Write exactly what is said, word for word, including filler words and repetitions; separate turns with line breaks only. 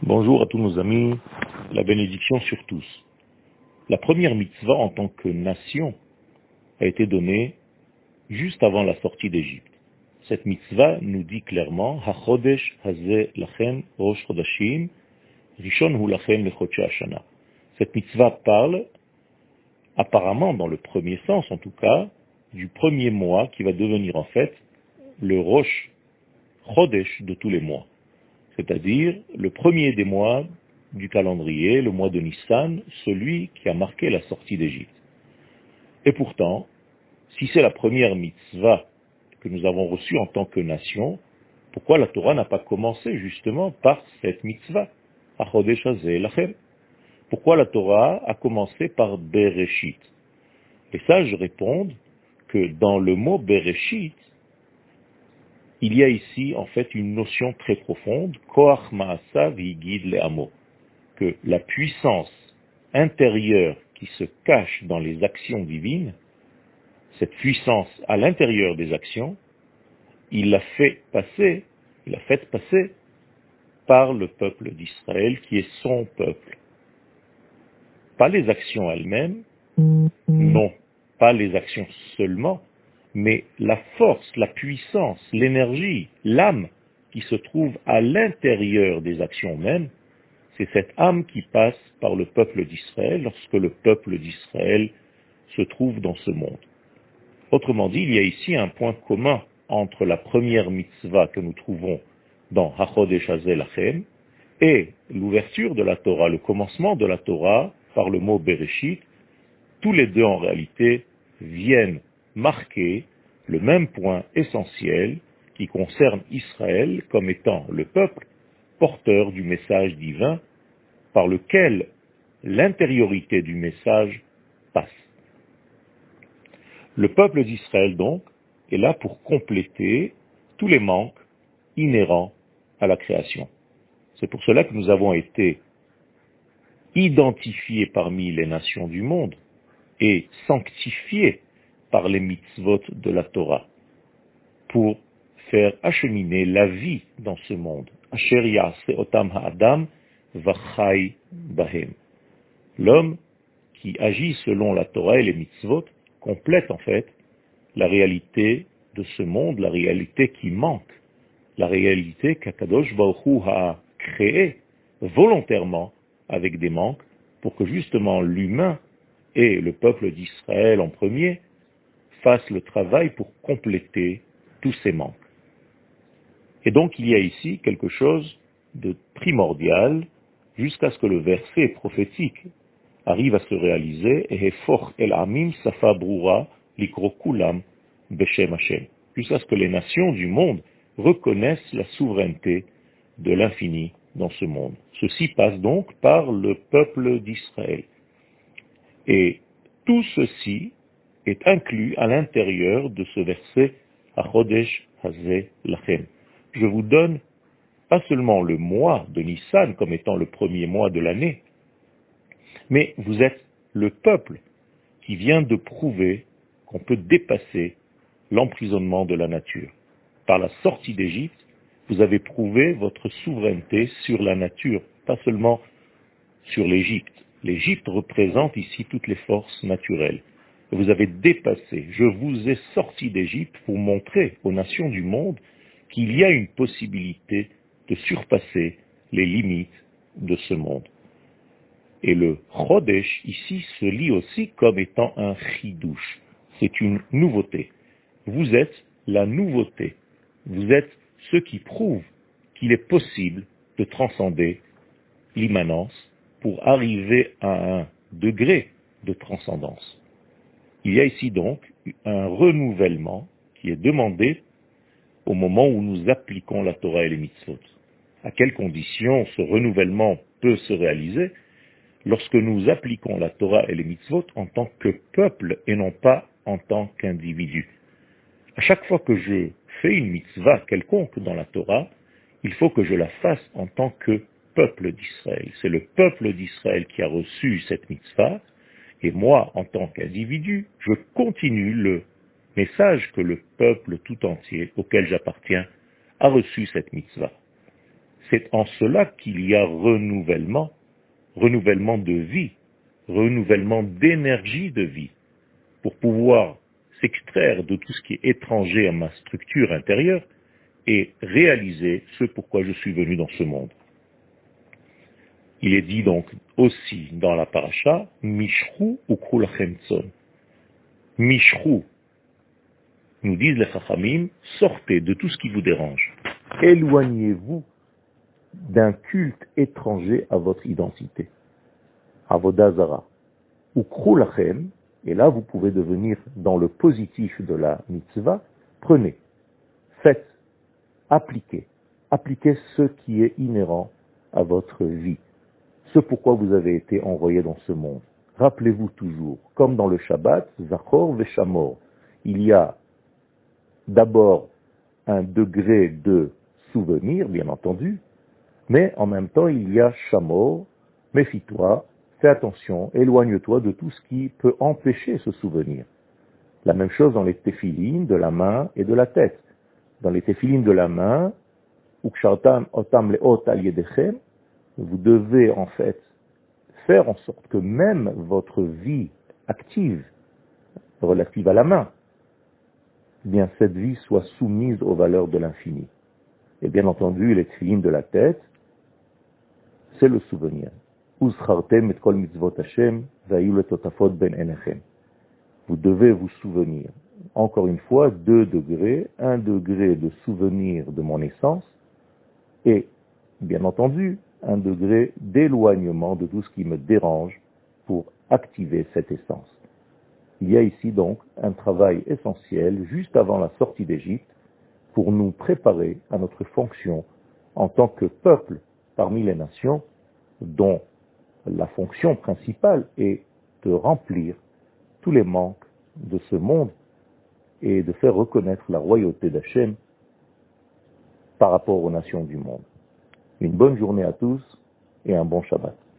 Bonjour à tous nos amis, la bénédiction sur tous. La première mitzvah en tant que nation a été donnée juste avant la sortie d'Égypte. Cette mitzvah nous dit clairement HaChodesh hazeh lachem rosh chodashim rishon hu lachem lechodshei hashana. Cette mitzvah parle, apparemment dans le premier sens en tout cas, du premier mois qui va devenir en fait le rosh chodesh de tous les mois. C'est-à-dire le premier des mois du calendrier, le mois de Nissan, celui qui a marqué la sortie d'Égypte. Et pourtant, si c'est la première mitzvah que nous avons reçue en tant que nation, pourquoi la Torah n'a pas commencé justement par cette mitzvah, HaChodesh hazeh lachem? Pourquoi la Torah a commencé par Bereshit? Les sages répondent que dans le mot Bereshit, il y a ici en fait une notion très profonde, Koach Ma'asav Yigid Le'amo, que la puissance intérieure qui se cache dans les actions divines, cette puissance à l'intérieur des actions, il l'a fait passer, il l'a fait passer par le peuple d'Israël qui est son peuple. Pas les actions elles-mêmes, non, pas les actions seulement, mais la force, la puissance, l'énergie, l'âme qui se trouve à l'intérieur des actions mêmes, c'est cette âme qui passe par le peuple d'Israël lorsque le peuple d'Israël se trouve dans ce monde. Autrement dit, il y a ici un point commun entre la première mitzvah que nous trouvons dans HaChodesh hazeh lachem et l'ouverture de la Torah, le commencement de la Torah par le mot Bereshit. Tous les deux en réalité viennent marquer le même point essentiel qui concerne Israël comme étant le peuple porteur du message divin par lequel l'intériorité du message passe. Le peuple d'Israël donc est là pour compléter tous les manques inhérents à la création. C'est pour cela que nous avons été identifiés parmi les nations du monde et sanctifiés par les mitzvot de la Torah, pour faire acheminer la vie dans ce monde. Asher ya'aseh otam ha'adam vachai bahem. L'homme qui agit selon la Torah et les mitzvot complète en fait la réalité de ce monde, la réalité qui manque, la réalité qu'Akadosh Baruch Hu a créée volontairement avec des manques pour que justement l'humain et le peuple d'Israël en premier fassent le travail pour compléter tous ces manques. Et donc il y a ici quelque chose de primordial jusqu'à ce que le verset prophétique arrive à se réaliser, Ehefoch el amim safa brura likro kulam beshem Hashem, jusqu'à ce que les nations du monde reconnaissent la souveraineté de l'infini dans ce monde. Ceci passe donc par le peuple d'Israël. Et tout ceci est inclus à l'intérieur de ce verset HaChodesh hazeh lachem. Je vous donne pas seulement le mois de Nissan comme étant le premier mois de l'année, mais vous êtes le peuple qui vient de prouver qu'on peut dépasser l'emprisonnement de la nature. Par la sortie d'Égypte, vous avez prouvé votre souveraineté sur la nature, pas seulement sur l'Égypte. L'Égypte représente ici toutes les forces naturelles. Vous avez dépassé, je vous ai sorti d'Égypte pour montrer aux nations du monde qu'il y a une possibilité de surpasser les limites de ce monde. Et le Chodesh ici se lit aussi comme étant un chidouche. C'est une nouveauté. Vous êtes la nouveauté. Vous êtes ceux qui prouvent qu'il est possible de transcender l'immanence pour arriver à un degré de transcendance. Il y a ici donc un renouvellement qui est demandé au moment où nous appliquons la Torah et les mitzvot. À quelles conditions ce renouvellement peut se réaliser? Lorsque nous appliquons la Torah et les mitzvot en tant que peuple et non pas en tant qu'individu. À chaque fois que je fais une mitzvah quelconque dans la Torah, il faut que je la fasse en tant que peuple d'Israël. C'est le peuple d'Israël qui a reçu cette mitzvah, et moi, en tant qu'individu, je continue le message que le peuple tout entier auquel j'appartiens a reçu cette mitzvah. C'est en cela qu'il y a renouvellement, renouvellement de vie, renouvellement d'énergie de vie, pour pouvoir s'extraire de tout ce qui est étranger à ma structure intérieure et réaliser ce pourquoi je suis venu dans ce monde. Il est dit donc aussi dans la paracha, Mishru ukhu lachem tzon. Mishru, nous disent les Chachamim, sortez de tout ce qui vous dérange. Éloignez-vous d'un culte étranger à votre identité. Avodah Zara. Ukhu lachem, et là vous pouvez devenir dans le positif de la mitzvah, prenez, faites, appliquez, appliquez ce qui est inhérent à votre vie. Ce pourquoi vous avez été envoyé dans ce monde. Rappelez-vous toujours, comme dans le Shabbat, Zachor Veshamor, il y a d'abord un degré de souvenir, bien entendu, mais en même temps il y a Shamor, méfie-toi, fais attention, éloigne-toi de tout ce qui peut empêcher ce souvenir. La même chose dans les téphilines de la main et de la tête. Dans les téphilines de la main, Ukshartam otam leot al yedechem, vous devez en fait faire en sorte que même votre vie active, relative à la main, eh bien cette vie soit soumise aux valeurs de l'infini. Et bien entendu, les tefilines de la tête, c'est le souvenir. Vous devez vous souvenir. Encore une fois, deux degrés, un degré de souvenir de mon essence, et bien entendu, un degré d'éloignement de tout ce qui me dérange pour activer cette essence. Il y a ici donc un travail essentiel juste avant la sortie d'Égypte pour nous préparer à notre fonction en tant que peuple parmi les nations dont la fonction principale est de remplir tous les manques de ce monde et de faire reconnaître la royauté d'Hachem par rapport aux nations du monde. Une bonne journée à tous et un bon Shabbat.